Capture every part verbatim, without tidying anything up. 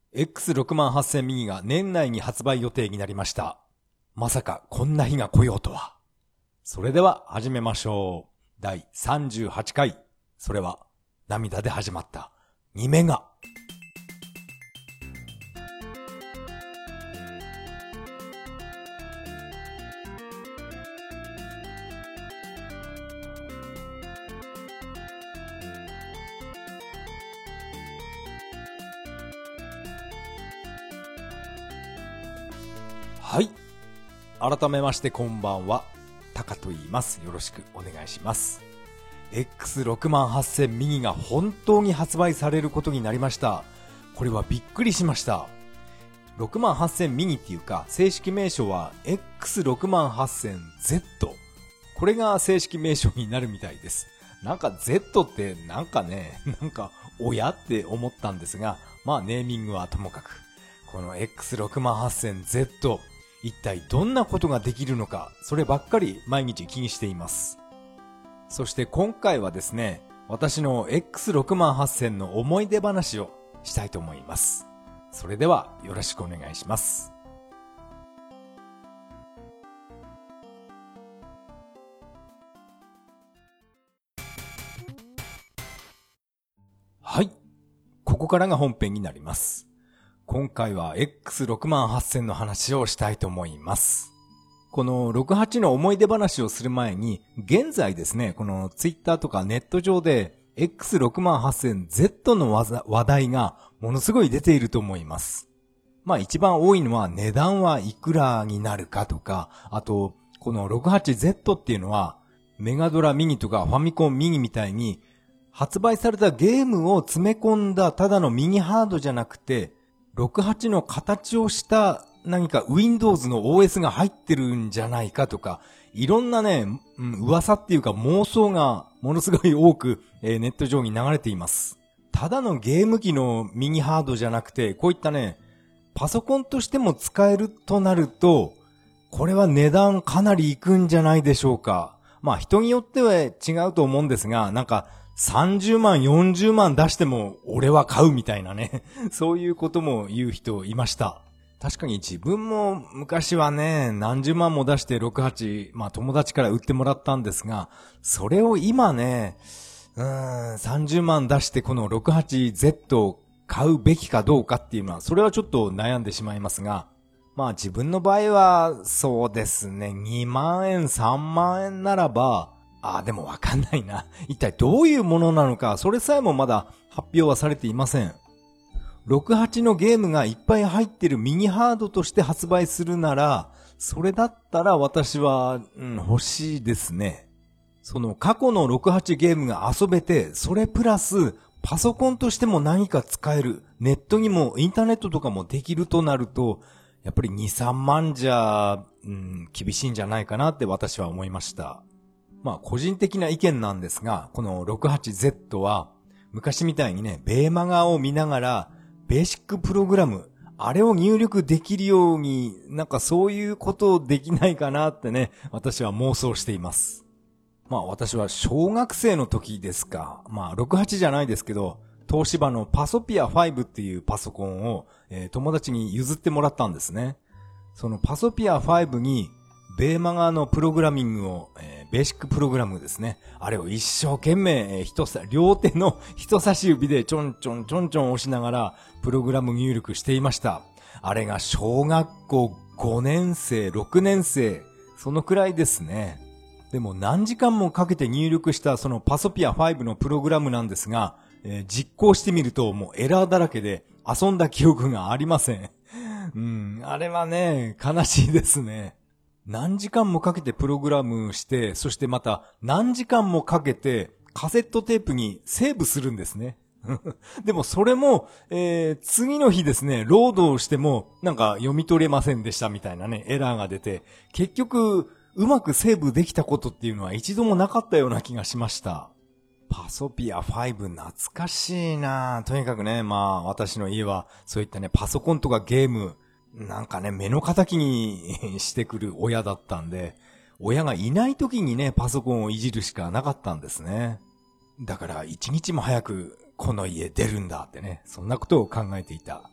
エックスろくまんはっせん ミニが年内に発売予定になりました。まさかこんな日が来ようとは。それでは始めましょう。だいさんじゅうはちかい。それは涙で始まったにメガ。はい。改めましてこんばんは。タカと言います。よろしくお願いします。エックスろくまんはっせん ミニが本当に発売されることになりました。これはびっくりしました。ろくまんはっせん ミニっていうか、正式名称は エックスろくまんはっせんゼット。これが正式名称になるみたいです。なんか Z ってなんかね、なんか親って思ったんですが、まあネーミングはともかく。この エックスろくまんはっせんゼット、一体どんなことができるのか、そればっかり毎日気にしています。そして今回はですね、私の エックスろくまんはっせん の思い出話をしたいと思います。それではよろしくお願いします。はい。ここからが本編になります。今回は エックスろくまんはっせん の話をしたいと思います。このろくはちの思い出話をする前に、現在ですね、このツイッターとかネット上で エックスろくまんはっせんゼット の話題がものすごい出ていると思います。まあ一番多いのは値段はいくらになるかとか、あとこの ろくはちゼット っていうのはメガドラミニとかファミコンミニみたいに発売されたゲームを詰め込んだただのミニハードじゃなくて、ろくはちの形をした何か Windows の オーエス が入ってるんじゃないかとか、いろんなね、うん、噂っていうか妄想がものすごい多く、えー、ネット上に流れています。ただのゲーム機のミニハードじゃなくて、こういったね、パソコンとしても使えるとなると、これは値段かなりいくんじゃないでしょうか。まあ人によっては違うと思うんですが、なんか、さんじゅうまん、よんじゅうまん出しても俺は買うみたいなね。そういうことも言う人いました。確かに自分も昔はね、何十万も出してろくはち、まあ友達から売ってもらったんですが、それを今ね、うーん、さんじゅうまん出してこの ろくはちゼット を買うべきかどうかっていうのは、それはちょっと悩んでしまいますが、まあ自分の場合はそうですね、にまんえん、さんまんえんならば、ああ、でもわかんないな。一体どういうものなのか、それさえもまだ発表はされていません。ろくはちのゲームがいっぱい入ってるミニハードとして発売するなら、それだったら私は、うん、欲しいですね。その過去のろくはちゲームが遊べて、それプラスパソコンとしても何か使える、ネットにもインターネットとかもできるとなると、やっぱりに、さんまんじゃ、うん、厳しいんじゃないかなって私は思いました。まあ個人的な意見なんですが、この ろくはちゼット は昔みたいにね、ベーマガを見ながらベーシックプログラム、あれを入力できるように、なんかそういうことできないかなってね、私は妄想しています。まあ私は小学生の時ですか、まあろくはちじゃないですけど、東芝のパソピアファイブっていうパソコンを、えー、友達に譲ってもらったんですね。そのパソピアファイブにベーマガのプログラミングを、えー、ベーシックプログラムですね。あれを一生懸命、えー、人さ、両手の人差し指でちょんちょんちょんちょん押しながら、プログラム入力していました。あれが小学校ごねん生、ろくねん生、そのくらいですね。でも何時間もかけて入力したそのパソピアファイブのプログラムなんですが、えー、実行してみるともうエラーだらけで遊んだ記憶がありません。うん、あれはね、悲しいですね。何時間もかけてプログラムして、そしてまた何時間もかけてカセットテープにセーブするんですね。でもそれも、えー、次の日ですね、ロードをしてもなんか読み取れませんでしたみたいなね、エラーが出て、結局うまくセーブできたことっていうのは一度もなかったような気がしました。パソピアファイブ懐かしいな。とにかくね、まあ私の家はそういったね、パソコンとかゲーム、なんかね、目の敵にしてくる親だったんで、親がいない時にね、パソコンをいじるしかなかったんですね。だから一日も早くこの家出るんだってね、そんなことを考えていた。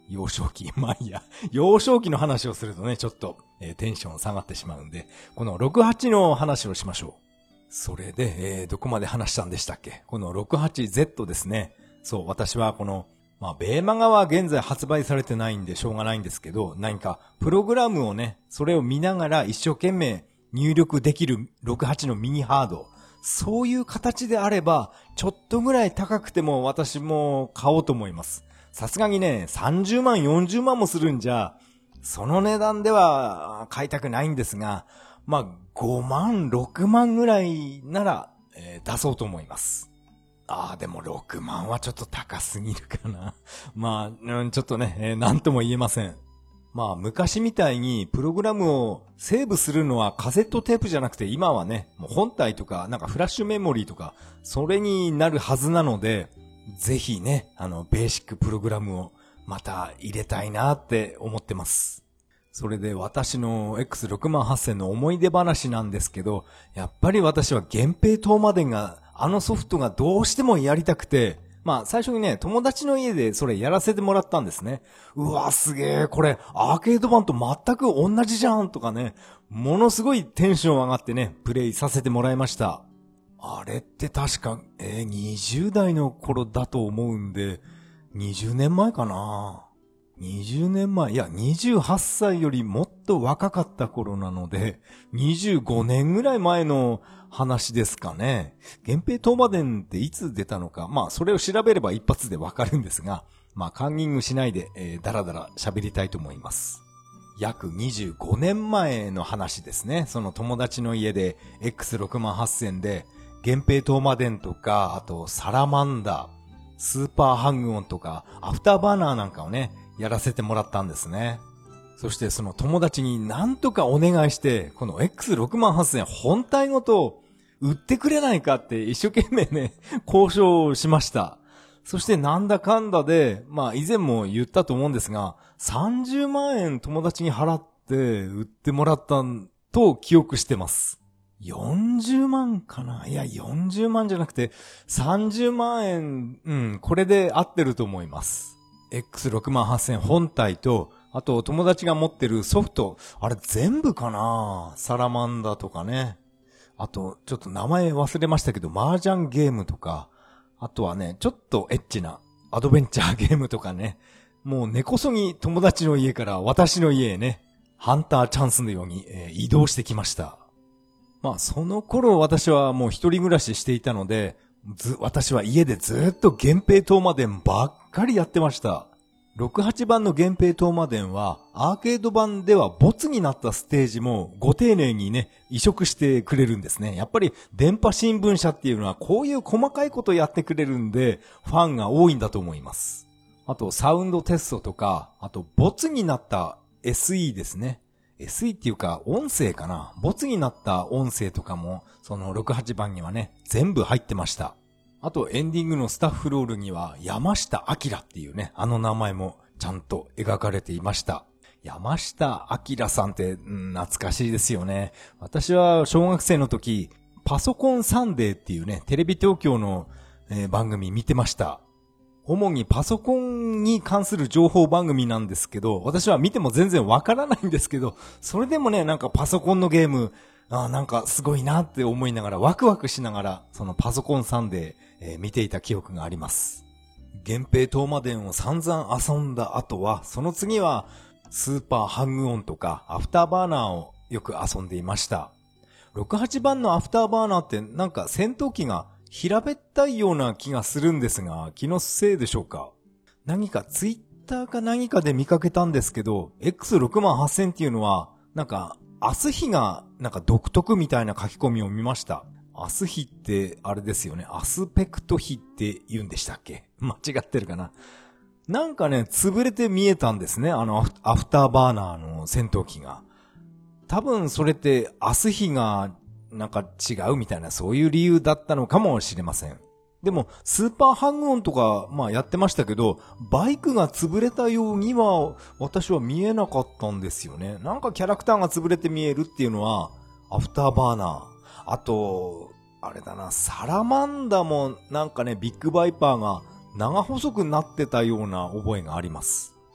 幼少期。まあいいや。幼少期の話をするとね、ちょっと、えー、テンション下がってしまうんで、このろくはちの話をしましょう。それで、えー、どこまで話したんでしたっけ？この ろくはちゼット ですね。そう、私はこの、まあ、ベーマガは現在発売されてないんでしょうがないんですけど、何かプログラムをね、それを見ながら一生懸命入力できるろくはちのミニハード。そういう形であれば、ちょっとぐらい高くても私も買おうと思います。さすがにね、さんじゅうまん、よんじゅうまんもするんじゃ、その値段では買いたくないんですが、まあ、ごまん、ろくまんぐらいなら、えー、出そうと思います。ああ、でもろくまんはちょっと高すぎるかな。まあ、うん、ちょっとね、えー、なんとも言えません。まあ、昔みたいにプログラムをセーブするのはカセットテープじゃなくて、今はね、もう本体とか、なんかフラッシュメモリーとか、それになるはずなので、ぜひね、あの、ベーシックプログラムをまた入れたいなって思ってます。それで私の エックスろくまんはっせん の思い出話なんですけど、やっぱり私は源平東馬伝が、あのソフトがどうしてもやりたくて、まあ最初にね、友達の家でそれやらせてもらったんですね。うわ、すげえ、これアーケード版と全く同じじゃんとかね、ものすごいテンション上がってね、プレイさせてもらいました。あれって確か、えー、にじゅう代の頃だと思うんで、にじゅうねんまえかな。にじゅうねんまえ、いや、にじゅうはっさいよりもっと若かった頃なので、にじゅうごねんぐらい前の話ですかね。源平東馬伝っていつ出たのか、まあ、それを調べれば一発でわかるんですが、まあ、カンニングしないで、えー、だらだら喋りたいと思います。約にじゅうごねんまえの話ですね。その友達の家で エックスろくまんはっせん で、源平東馬伝とか、あとサラマンダー、スーパーハングオンとか、アフターバーナーなんかをね、やらせてもらったんですね。そしてその友達になんとかお願いして、この エックスろくまんはっせん 本体ごと売ってくれないかって一生懸命ね、交渉しました。そしてなんだかんだで、まあ以前も言ったと思うんですが、さんじゅうまんえん友達に払って売ってもらったと記憶してます。よんじゅうまんかな？いや、よんじゅうまんじゃなくてさんじゅうまんえん、うん、これで合ってると思います。エックスろくまんはっせん 本体と、あと友達が持ってるソフト、あれ全部かな？サラマンダとかね。あと、ちょっと名前忘れましたけど、麻雀ゲームとか、あとはね、ちょっとエッチなアドベンチャーゲームとかね。もう根こそぎ友達の家から私の家へね、ハンターチャンスのように、えー、移動してきました。まあ、その頃私はもう一人暮らししていたので、ず、私は家でずっと源平東馬伝ばっかりやってました。ろくはちばんの源平東馬伝は、アーケード版ではボツになったステージもご丁寧にね、移植してくれるんですね。やっぱり電波新聞社っていうのはこういう細かいことやってくれるんで、ファンが多いんだと思います。あと、サウンドテストとか、あと、ボツになった エスイー ですね。エスイー っていうか、音声かな。ボツになった音声とかも、そのろくはちばんにはね、全部入ってました。あと、エンディングのスタッフロールには、山下明っていうね、あの名前もちゃんと描かれていました。山下明さんって、うん、懐かしいですよね。私は小学生の時、パソコンサンデーっていうね、テレビ東京の、えー、番組見てました。主にパソコンに関する情報番組なんですけど、私は見ても全然わからないんですけど、それでもね、なんかパソコンのゲーム、あなんかすごいなって思いながら、ワクワクしながら、そのパソコンサンデー、えー、見ていた記憶があります。源平東馬伝を散々遊んだ後は、その次は、スーパーハングオンとか、アフターバーナーをよく遊んでいました。ろくはちばんのアフターバーナーってなんか戦闘機が平べったいような気がするんですが、気のせいでしょうか。何かツイッターか何かで見かけたんですけど、エックスろくまんはっせん っていうのは、なんか、アス比がなんか独特みたいな書き込みを見ました。アス比ってあれですよね。アスペクト比って言うんでしたっけ？間違ってるかな。なんかね、潰れて見えたんですね。あの、アフターバーナーの戦闘機が。多分それってアス比がなんか違うみたいなそういう理由だったのかもしれません。でもスーパーハングオンとかまあやってましたけど、バイクが潰れたようには私は見えなかったんですよね。なんかキャラクターが潰れて見えるっていうのはアフターバーナー。あと、あれだな、サラマンダもなんかね、ビッグバイパーが長細くなってたような覚えがあります。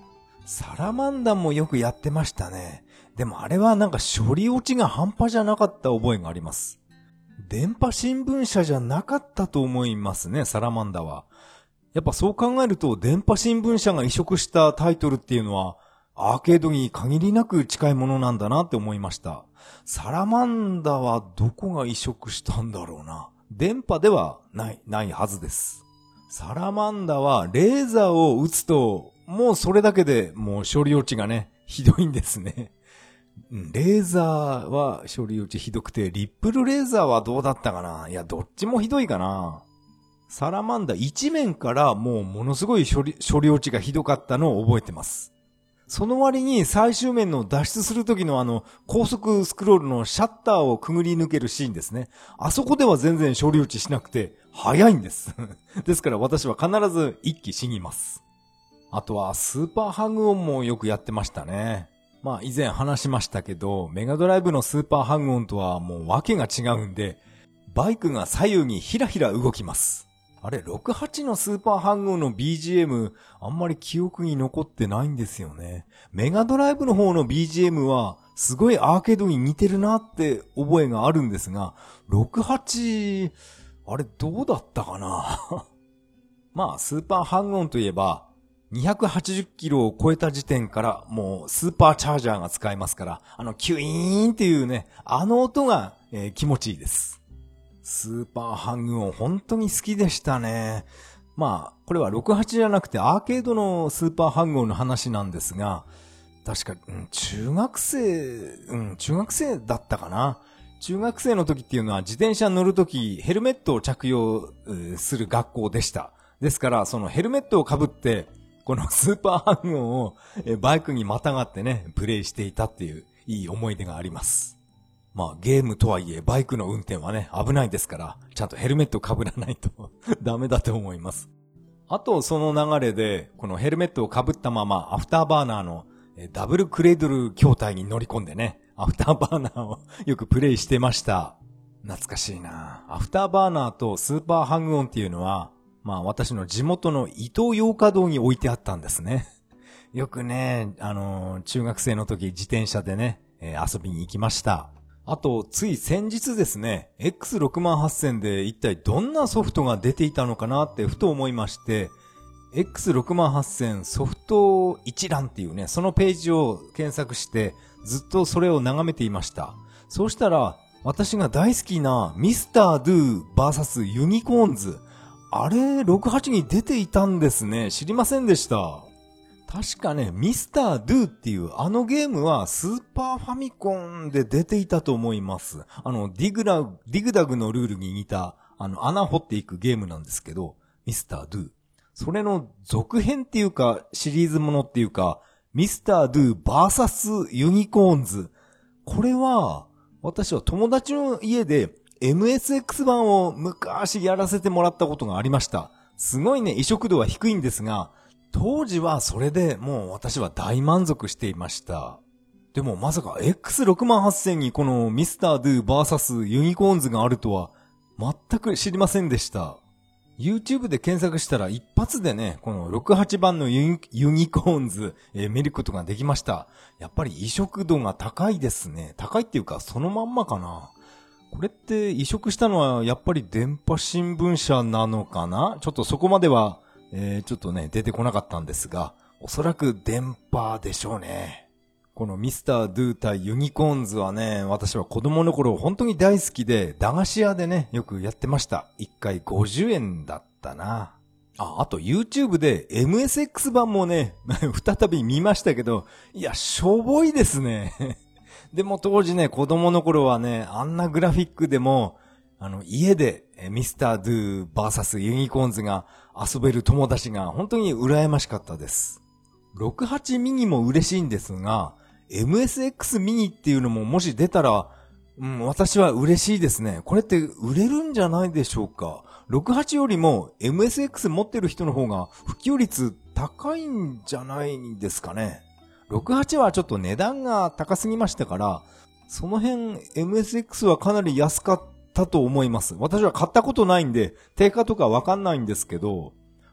サラマンダもよくやってましたね。でもあれはなんか処理落ちが半端じゃなかった覚えがあります。電波新聞社じゃなかったと思いますね、サラマンダは。やっぱそう考えると、電波新聞社が移植したタイトルっていうのは、アーケードに限りなく近いものなんだなって思いました。サラマンダはどこが移植したんだろうな。電波ではない、ないはずです。サラマンダはレーザーを撃つと、もうそれだけでもう処理落ちがね、ひどいんですね。レーザーは処理落ちひどくて、リップルレーザーはどうだったかな。いや、どっちもひどいかな。サラマンダ一面からもうものすごい処理、処理落ちがひどかったのを覚えてます。その割に最終面の脱出する時のあの高速スクロールのシャッターをくぐり抜けるシーンですね。あそこでは全然処理落ちしなくて早いんです。ですから私は必ず一気死にます。あとはスーパーハグオンもよくやってましたね。まあ以前話しましたけど、メガドライブのスーパーハグオンとはもう訳が違うんで、バイクが左右にひらひら動きます。あれ、ろくはちのスーパーハングの ビージーエム、あんまり記憶に残ってないんですよね。メガドライブの方の ビージーエム は、すごいアーケードに似てるなって覚えがあるんですが、ろくはち、あれどうだったかなまあ、スーパーハングオンといえば、にひゃくはちじゅっキロを超えた時点からもうスーパーチャージャーが使えますから、あのキュイーンっていうね、あの音が、えー、気持ちいいです。スーパーハングオン本当に好きでしたね。まあ、これはろくはちじゃなくてアーケードのスーパーハングオンの話なんですが、確か、うん、中学生、うん、中学生だったかな。中学生の時っていうのは自転車乗る時ヘルメットを着用する学校でした。ですから、そのヘルメットを被って、このスーパーハングオンをバイクにまたがってね、プレイしていたっていういい思い出があります。まあゲームとはいえバイクの運転はね危ないですから、ちゃんとヘルメット被らないとダメだと思います。あとその流れでこのヘルメットを被ったままアフターバーナーのダブルクレードル筐体に乗り込んでね、アフターバーナーをよくプレイしてました。懐かしいな。アフターバーナーとスーパーハングオンっていうのは、まあ私の地元の伊東洋華堂に置いてあったんですね。よくね、あのー、中学生の時自転車でね、えー、遊びに行きました。あと、つい先日ですね、エックスろくまんはっせん で一体どんなソフトが出ていたのかなってふと思いまして、エックスろくまんはっせん ソフト一覧っていうね、そのページを検索してずっとそれを眺めていました。そうしたら、私が大好きなミスタードゥ ブイエス ユニコーンズ、あれろくはちに出ていたんですね。知りませんでした。確かね、ミスタードゥっていうあのゲームはスーパーファミコンで出ていたと思います。あの、ディグラ、ディグダグのルールに似た、あの、穴掘っていくゲームなんですけど、ミスタードゥ。それの続編っていうか、シリーズものっていうか、ミスタードゥ ブイエス ユニコーンズ。これは、私は友達の家で エムエスエックス 版を昔やらせてもらったことがありました。すごいね、移植度は低いんですが、当時はそれでもう私は大満足していました。でもまさか エックスろくまんはっせん にこのミスタードゥ ブイエス ユニコーンズがあるとは全く知りませんでした。YouTube で検索したら一発でね、このろくじゅうはちばんのユニ、ユニコーンズ、えー、見ることができました。やっぱり移植度が高いですね。高いっていうかそのまんまかな。これって移植したのはやっぱり電波新聞社なのかな？ちょっとそこまではえー、ちょっとね、出てこなかったんですが、おそらく電波でしょうね。このミスタードゥ対ユニコーンズはね、私は子供の頃本当に大好きで、駄菓子屋でね、よくやってました。いっかいごじゅうえんだったな。あ、あと YouTube で エムエスエックス 版もね、再び見ましたけど、いや、しょぼいですね。でも当時ね、子供の頃はね、あんなグラフィックでも、あの、家でミスタードゥ ブイエス ユニコーンズが遊べる友達が本当に羨ましかったです。ろくじゅうはちミニも嬉しいんですが、エムエスエックス ミニっていうのももし出たら、うん、私は嬉しいですね。これって売れるんじゃないでしょうか。ろくじゅうはちよりも エムエスエックス 持ってる人の方が普及率高いんじゃないんですかね。ろくじゅうはちはちょっと値段が高すぎましたから、その辺 エムエスエックス はかなり安かったと思います。私は買ったことないんで、定価とかわかんないんですけど、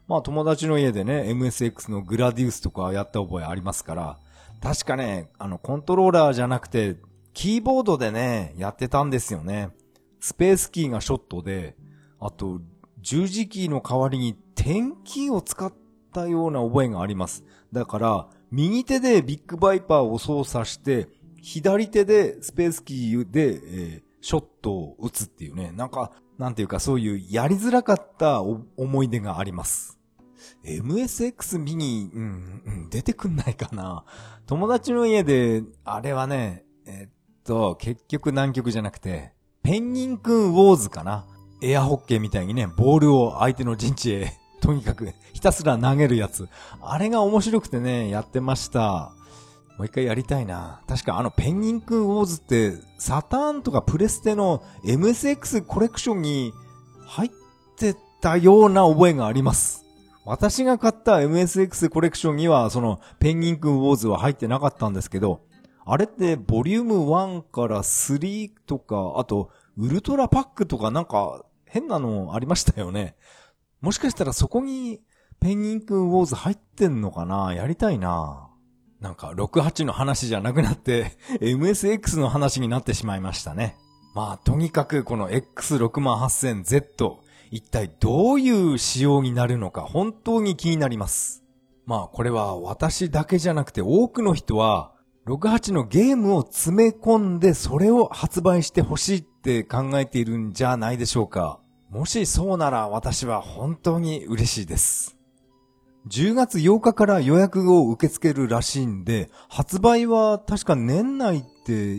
まあ友達の家でね、エムエスエックス のグラディウスとかやった覚えありますから、確かね、あのコントローラーじゃなくて、キーボードでね、やってたんですよね。スペースキーがショットで、あと、十字キーの代わりに点キーを使ったような覚えがあります。だから、右手でビッグバイパーを操作して、左手でスペースキーで、えー、ショットを打つっていうね、なんか、なんていうかそういうやりづらかった思い出があります。エムエスエックス ミニ、うん、うん、出てくんないかな。友達の家で、あれはね、えー、っと、結局南極じゃなくて、ペンギンくんウォーズかな。エアホッケーみたいにね、ボールを相手の陣地へ、とにかくひたすら投げるやつ。あれが面白くてね、やってました。もう一回やりたいな。確かあのペンギンくんウォーズってサターンとかプレステの エムエスエックス コレクションに入ってたような覚えがあります。私が買った エムエスエックス コレクションにはそのペンギンくんウォーズは入ってなかったんですけど、あれってボリュームワンからスリーとか、あとウルトラパックとかなんか変なのありましたよね。もしかしたらそこにペンギンくんウォーズ入ってんのかな？やりたいな。なんかろくじゅうはちの話じゃなくなって エムエスエックス の話になってしまいましたね。まあとにかくこの エックスろくまんはっせんゼット 一体どういう仕様になるのか本当に気になります。まあこれは私だけじゃなくて多くの人はろくじゅうはちのゲームを詰め込んでそれを発売してほしいって考えているんじゃないでしょうか。もしそうなら私は本当に嬉しいです。じゅうがつようかから予約を受け付けるらしいんで、発売は確か年内って、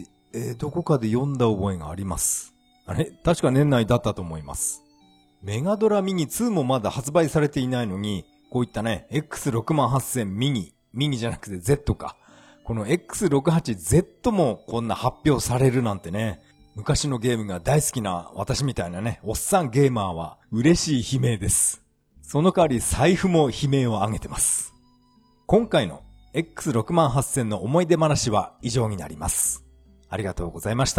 えー、どこかで読んだ覚えがあります。あれ？確か年内だったと思います。メガドラミニツーもまだ発売されていないのに、こういったね、エックスろくまんはっせん ミニ、ミニじゃなくて Z か。この エックスろくじゅうはちゼット もこんな発表されるなんてね、昔のゲームが大好きな私みたいなね、おっさんゲーマーは嬉しい悲鳴です。その代わり財布も悲鳴を上げてます。今回の エックスろくまんはっせん の思い出話は以上になります。ありがとうございました。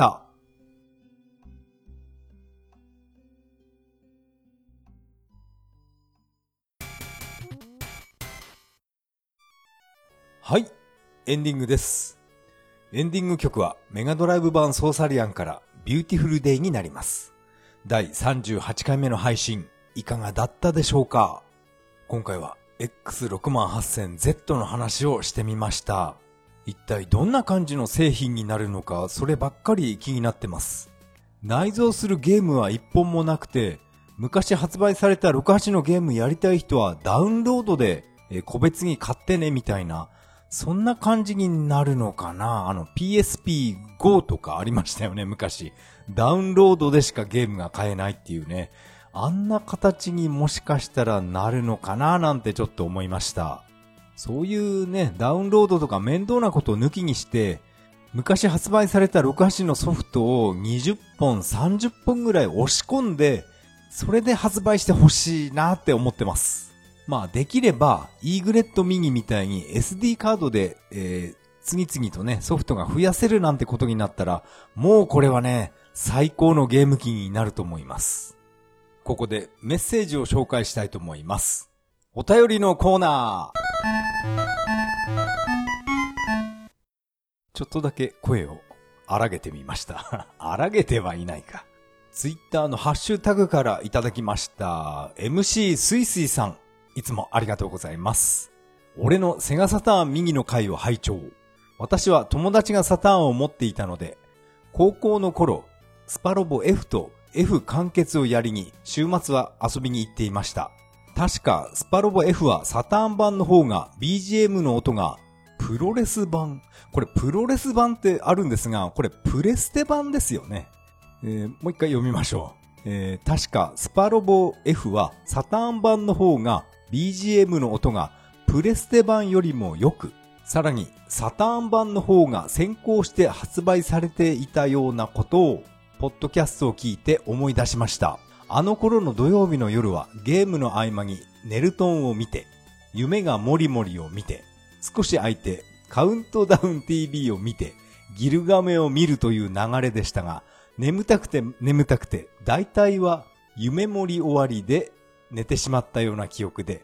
はい、エンディングです。エンディング曲はメガドライブ版ソーサリアンからビューティフルデイになります。だいさんじゅうはちかいめの配信、いかがだったでしょうか？今回は エックスろくまんはっせんゼット の話をしてみました。一体どんな感じの製品になるのか、そればっかり気になってます。内蔵するゲームは一本もなくて、昔発売されたろくじゅうはちのゲームやりたい人はダウンロードで個別に買ってねみたいな、そんな感じになるのかな。あの ピーエスピーゴー とかありましたよね、昔。ダウンロードでしかゲームが買えないっていうね。あんな形にもしかしたらなるのかななんてちょっと思いました。そういうね、ダウンロードとか面倒なことを抜きにして、昔発売されたろくじゅうはちのソフトをにじゅっぽん、さんじゅっぽんぐらい押し込んで、それで発売してほしいなって思ってます。まあできれば イーグレットミニみたいに エスディー カードで、えー、次々とねソフトが増やせるなんてことになったら、もうこれはね最高のゲーム機になると思います。ここでメッセージを紹介したいと思います。お便りのコーナー。ちょっとだけ声を荒げてみました荒げてはいないか。ツイッターのハッシュタグからいただきました エムシー スイスイさん、いつもありがとうございます。俺のセガサターン右の回を拝聴。私は友達がサターンを持っていたので、高校の頃スパロボ F と F 完結をやりに週末は遊びに行っていました。確かスパロボ F はサターン版の方が ビージーエム の音がプロレス版、これプロレス版ってあるんですが、これプレステ版ですよね。えー、もう一回読みましょう。えー、確かスパロボ F はサターン版の方が ビージーエム の音がプレステ版よりも良く、さらにサターン版の方が先行して発売されていたようなことをポッドキャストを聞いて思い出しました。あの頃の土曜日の夜はゲームの合間にネルトンを見て、夢がもりもりを見て、少し空いてカウントダウン ティーブイ を見て、ギルガメを見るという流れでしたが、眠たくて眠たくて大体は夢盛り終わりで寝てしまったような記憶で、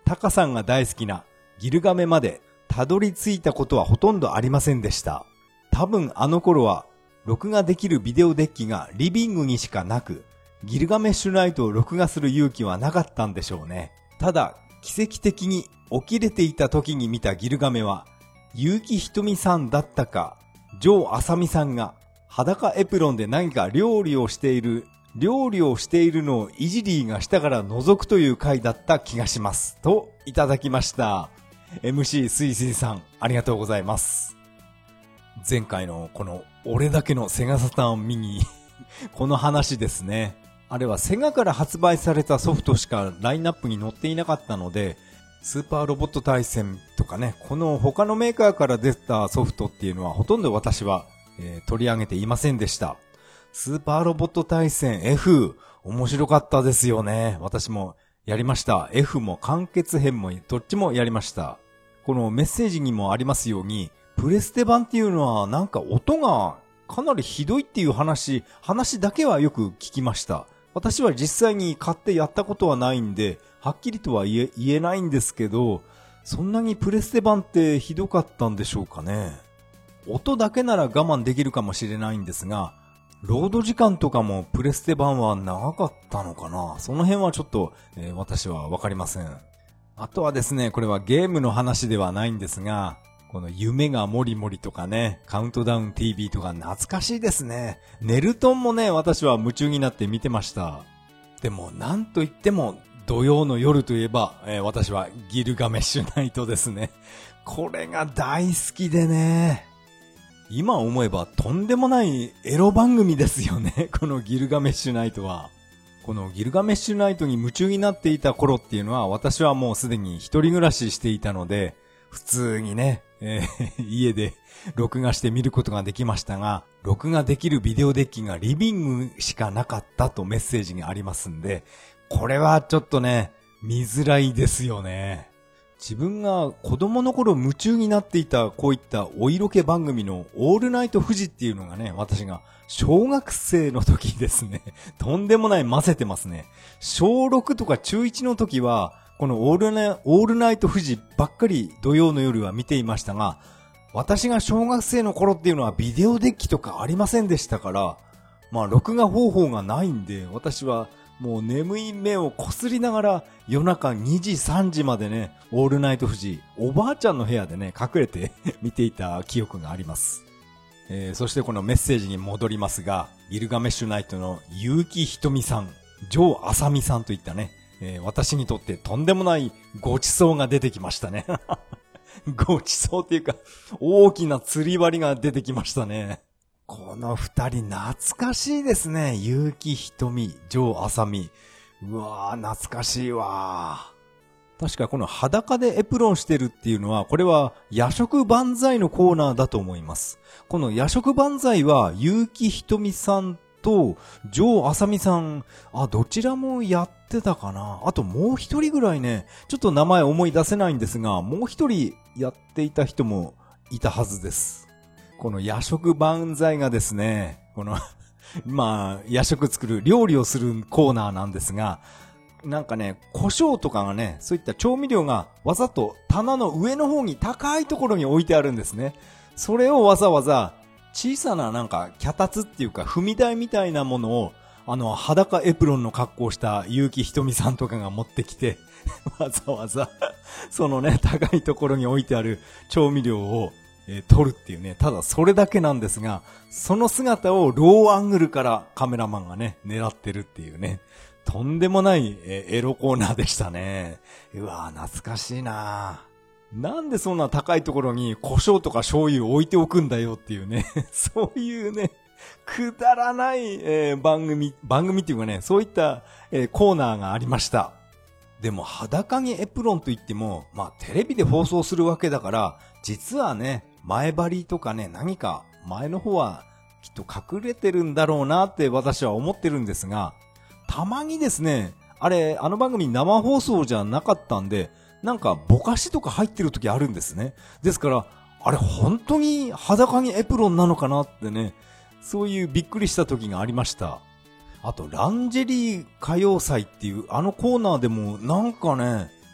タカさんが大好きなギルガメまでたどり着いたことはほとんどありませんでした。多分あの頃は録画できるビデオデッキがリビングにしかなく、ギルガメッシュナイトを録画する勇気はなかったんでしょうね。ただ奇跡的に起きれていた時に見たギルガメは結城ひとみさんだったか、城あさみさんが裸エプロンで何か料理をしている料理をしているのをイジリーが下から覗くという回だった気がしますといただきました。 エムシー スイスイさん、ありがとうございます。前回のこの俺だけのセガサターンミニこの話ですね。あれはセガから発売されたソフトしかラインナップに載っていなかったので、スーパーロボット対戦とかね、この他のメーカーから出たソフトっていうのはほとんど私は、えー、取り上げていませんでした。スーパーロボット対戦 F、面白かったですよね。私もやりました。F も完結編もどっちもやりました。このメッセージにもありますように、プレステ版っていうのはなんか音がかなりひどいっていう話、話だけはよく聞きました。私は実際に買ってやったことはないんで、はっきりとは言え、言えないんですけど、そんなにプレステ版ってひどかったんでしょうかね。音だけなら我慢できるかもしれないんですが、ロード時間とかもプレステ版は長かったのかな。その辺はちょっと、えー、私はわかりません。あとはですね、これはゲームの話ではないんですが、この夢がもりもりとかね、カウントダウン ティーブイ とか懐かしいですね。ネルトンもね、私は夢中になって見てました。でもなんといっても土曜の夜といえば、えー、私はギルガメッシュナイトですね。これが大好きでね。今思えばとんでもないエロ番組ですよね。このギルガメッシュナイトは。このギルガメッシュナイトに夢中になっていた頃っていうのは、私はもうすでに一人暮らししていたので、普通にね、えー、家で録画して見ることができましたが、録画できるビデオデッキがリビングしかなかったとメッセージがありますんで、これはちょっとね、見づらいですよね。自分が子供の頃夢中になっていたこういったお色気番組のオールナイトフジっていうのがね、私が小学生の時ですね、とんでもない混ぜてますね。小ろくとか中いちの時は、このオールナ、オールナイトフジばっかり土曜の夜は見ていましたが、私が小学生の頃っていうのはビデオデッキとかありませんでしたから、まあ録画方法がないんで、私はもう眠い目をこすりながら夜中にじさんじまでね、オールナイトフジ、おばあちゃんの部屋でね、隠れて見ていた記憶があります。えー、そしてこのメッセージに戻りますが、ギルガメッシュナイトの結城ひとみさん、城あさみさんといったね、えー、私にとってとんでもないごちそうが出てきましたね。ごちそうっていうか、大きな釣り針が出てきましたね。この二人懐かしいですね。結城ひとみ、城あさみ。うわー、懐かしいわー。確かこの裸でエプロンしてるっていうのは、これは夜食万歳のコーナーだと思います。この夜食万歳は結城ひとみさんと城あさみさん、あ、どちらもやってたかな。あともう一人ぐらいね、ちょっと名前思い出せないんですが、もう一人やっていた人もいたはずです。この夜食万歳がですね、このまあ夜食作る料理をするコーナーなんですが、なんかね、胡椒とかがね、そういった調味料がわざと棚の上の方に高いところに置いてあるんですね。それをわざわざ小さななんか脚立っていうか踏み台みたいなものを、あの裸エプロンの格好をした結城ひとみさんとかが持ってきてわざわざそのね、高いところに置いてある調味料をえー、撮るっていうね、ただそれだけなんですが、その姿をローアングルからカメラマンがね、狙ってるっていうね、とんでもない、えー、エロコーナーでしたね。うわー、懐かしいなー。なんでそんな高いところに胡椒とか醤油を置いておくんだよっていうね、そういうね、くだらない、えー、番組、番組っていうかね、そういった、えー、コーナーがありました。でも裸にエプロンといっても、まあテレビで放送するわけだから、実はね、前張りとかね、何か前の方はきっと隠れてるんだろうなって私は思ってるんですが、たまにですね、あれ、あの番組生放送じゃなかったんで、なんかぼかしとか入ってる時あるんですね。ですから、あれ本当に裸にエプロンなのかなってね、そういうびっくりした時がありました。あと、ランジェリー歌謡祭っていうあのコーナーでもなんかね、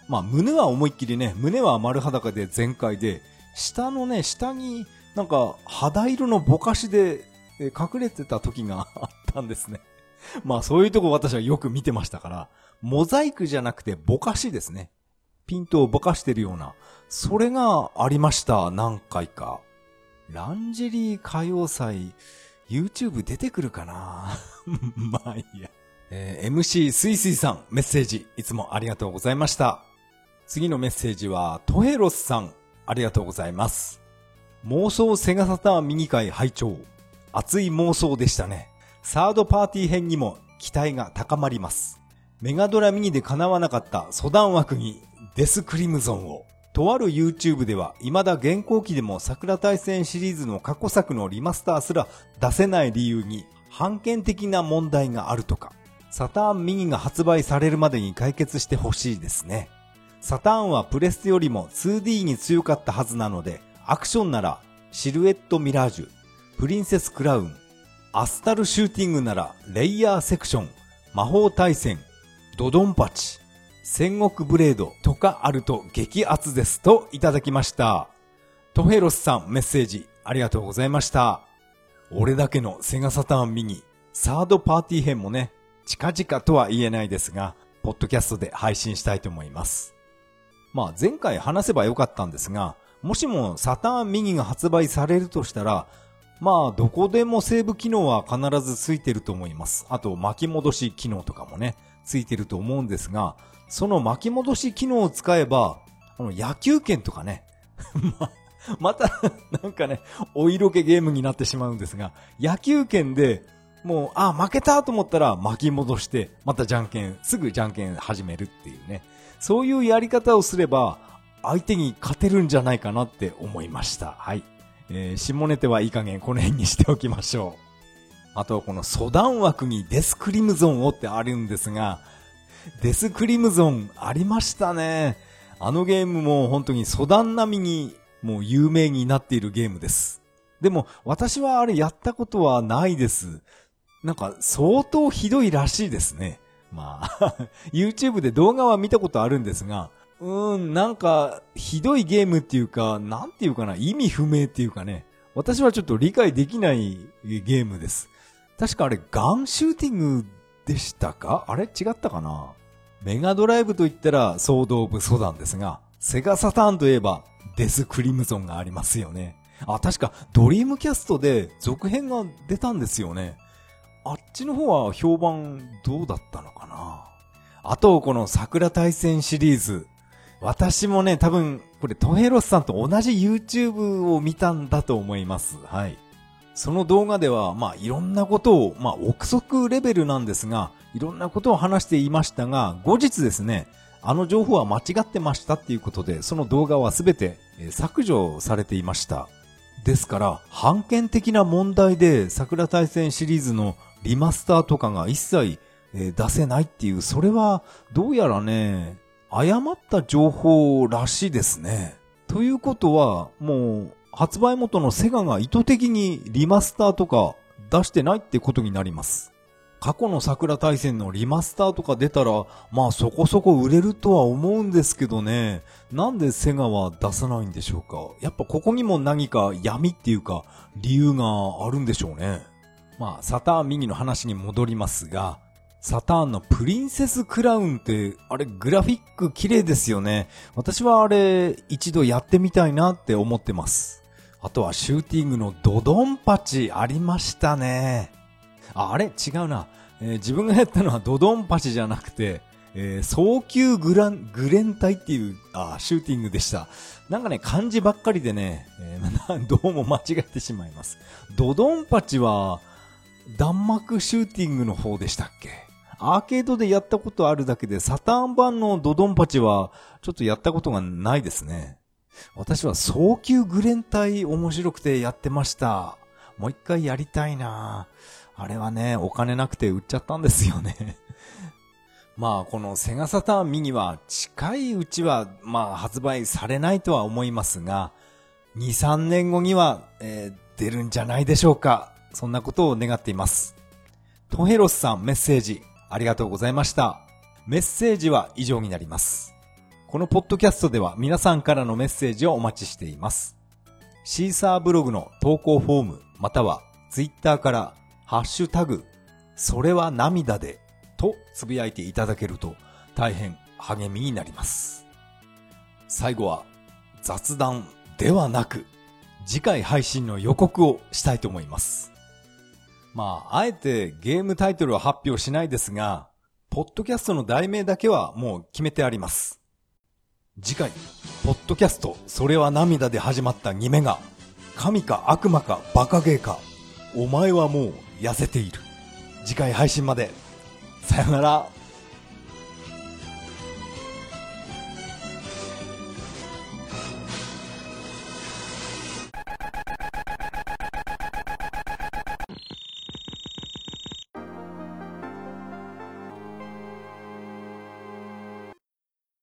まあ胸は思いっきりね、胸は丸裸で全開で、下のね、下になんか肌色のぼかしで隠れてた時があったんですね。まあそういうとこ私はよく見てましたから、モザイクじゃなくてぼかしですね。ピントをぼかしてるような、それがありました、何回か。ランジェリー歌謡祭、YouTube 出てくるかなまあいいや。えー、エムシー スイスイさん、メッセージ、いつもありがとうございました。次のメッセージは、トヘロスさん、ありがとうございます。妄想セガサターンミニ会拝聴。熱い妄想でしたね。サードパーティー編にも期待が高まります。メガドラミニで叶わなかったソダン枠にデスクリムゾンを。とある YouTube では未だ現行機でも桜大戦シリーズの過去作のリマスターすら出せない理由に判権的な問題があるとか。サターンミニが発売されるまでに解決してほしいですね。サターンはプレステよりも ツーディー に強かったはずなので、アクションならシルエットミラージュ、プリンセスクラウン、アスタルシューティングならレイヤーセクション、魔法対戦、ドドンパチ、戦国ブレードとかあると激アツですといただきました。トヘロスさんメッセージありがとうございました。俺だけのセガサターンミニ、サードパーティー編もね、近々とは言えないですが、ポッドキャストで配信したいと思います。まあ前回話せばよかったんですが、もしもサターンミニが発売されるとしたら、まあどこでもセーブ機能は必ずついてると思います。あと巻き戻し機能とかもね、ついてると思うんですが、その巻き戻し機能を使えば、あの野球券とかね、ま、またなんかね、お色気ゲームになってしまうんですが、野球券でもう、あ、負けたと思ったら巻き戻して、またじゃんけん、すぐじゃんけん始めるっていうね。そういうやり方をすれば、相手に勝てるんじゃないかなって思いました。はい。えー、下ネタはいい加減この辺にしておきましょう。あと、このソダン枠にデスクリムゾンをってあるんですが、デスクリムゾンありましたね。あのゲームも本当にソダン並みにもう有名になっているゲームです。でも私はあれやったことはないです。なんか相当ひどいらしいですね。まあYouTube で動画は見たことあるんですが、うーんなんかひどいゲームっていうか、なんていうかな、意味不明っていうかね、私はちょっと理解できないゲームです。確かあれガンシューティングでしたか？あれ違ったかな？メガドライブと言ったらソードオブソダンですが、セガサターンといえばデスクリムゾンがありますよね。あ、確かドリームキャストで続編が出たんですよね。あっちの方は評判どうだったのかな。あとこの桜大戦シリーズ、私もね多分これトヘロスさんと同じ YouTube を見たんだと思います。はい。その動画ではまあいろんなことを、まあ憶測レベルなんですが、いろんなことを話していましたが、後日ですね、あの情報は間違ってましたっていうことで、その動画はすべて削除されていました。ですから判権的な問題で桜大戦シリーズのリマスターとかが一切出せないっていう、それはどうやらね、誤った情報らしいですね。ということはもう発売元のセガが意図的にリマスターとか出してないってことになります。過去の桜大戦のリマスターとか出たら、まあそこそこ売れるとは思うんですけどね。なんでセガは出さないんでしょうか。やっぱここにも何か闇っていうか理由があるんでしょうね。まあサターンミニの話に戻りますが、サターンのプリンセスクラウンって、あれグラフィック綺麗ですよね。私はあれ一度やってみたいなって思ってます。あとはシューティングのドドンパチありましたね。あ、あれ違うな、えー、自分がやったのはドドンパチじゃなくて、えー、早急グラン、グレン隊っていうあシューティングでした。なんかね、漢字ばっかりでね、えー、どうも間違えてしまいます。ドドンパチは弾幕シューティングの方でしたっけ？アーケードでやったことあるだけで、サターン版のドドンパチはちょっとやったことがないですね。私は早急グレン隊面白くてやってました。もう一回やりたいな。あれはね、お金なくて売っちゃったんですよね。まあこのセガサターンミニは近いうちはまあ発売されないとは思いますが、に、さんねんごには、えー、出るんじゃないでしょうか。そんなことを願っています。トヘロスさんメッセージありがとうございました。メッセージは以上になります。 このポッドキャストでは皆さんからのメッセージをお待ちしています。シーサーブログの投稿フォームまたはツイッターからハッシュタグそれは涙でとつぶやいていただけると大変励みになります。最後は雑談ではなく次回配信の予告をしたいと思います。まあ、あえてゲームタイトルは発表しないですが、ポッドキャストの題名だけはもう決めてあります。次回、ポッドキャストそれは涙で始まったにめが、神か悪魔かバカゲーか、お前はもう痩せている。次回配信まで。さよなら。